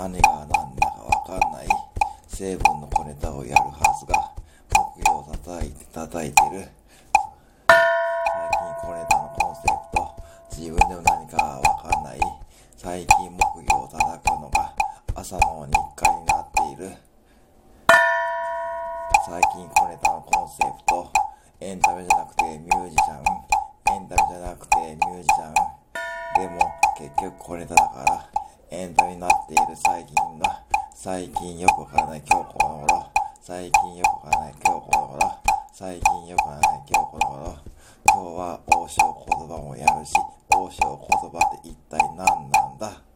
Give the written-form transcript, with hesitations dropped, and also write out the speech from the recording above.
何が何だかわかんない成分の小ネタをやるはずが木魚を叩いてる。最近小ネタのコンセプト自分でも何かわかんない。最近木魚を叩くのが朝の日課になっている。最近小ネタのコンセプトエンタメじゃなくてミュージシャン、エンタメじゃなくてミュージシャンでも結局小ネタだからエンタメになっている。最近よくわからない今日この頃、最近よくわからない今日この頃、最近よくわからない今日この頃。今日は王将言葉もやるし、王将言葉って一体何なんだ。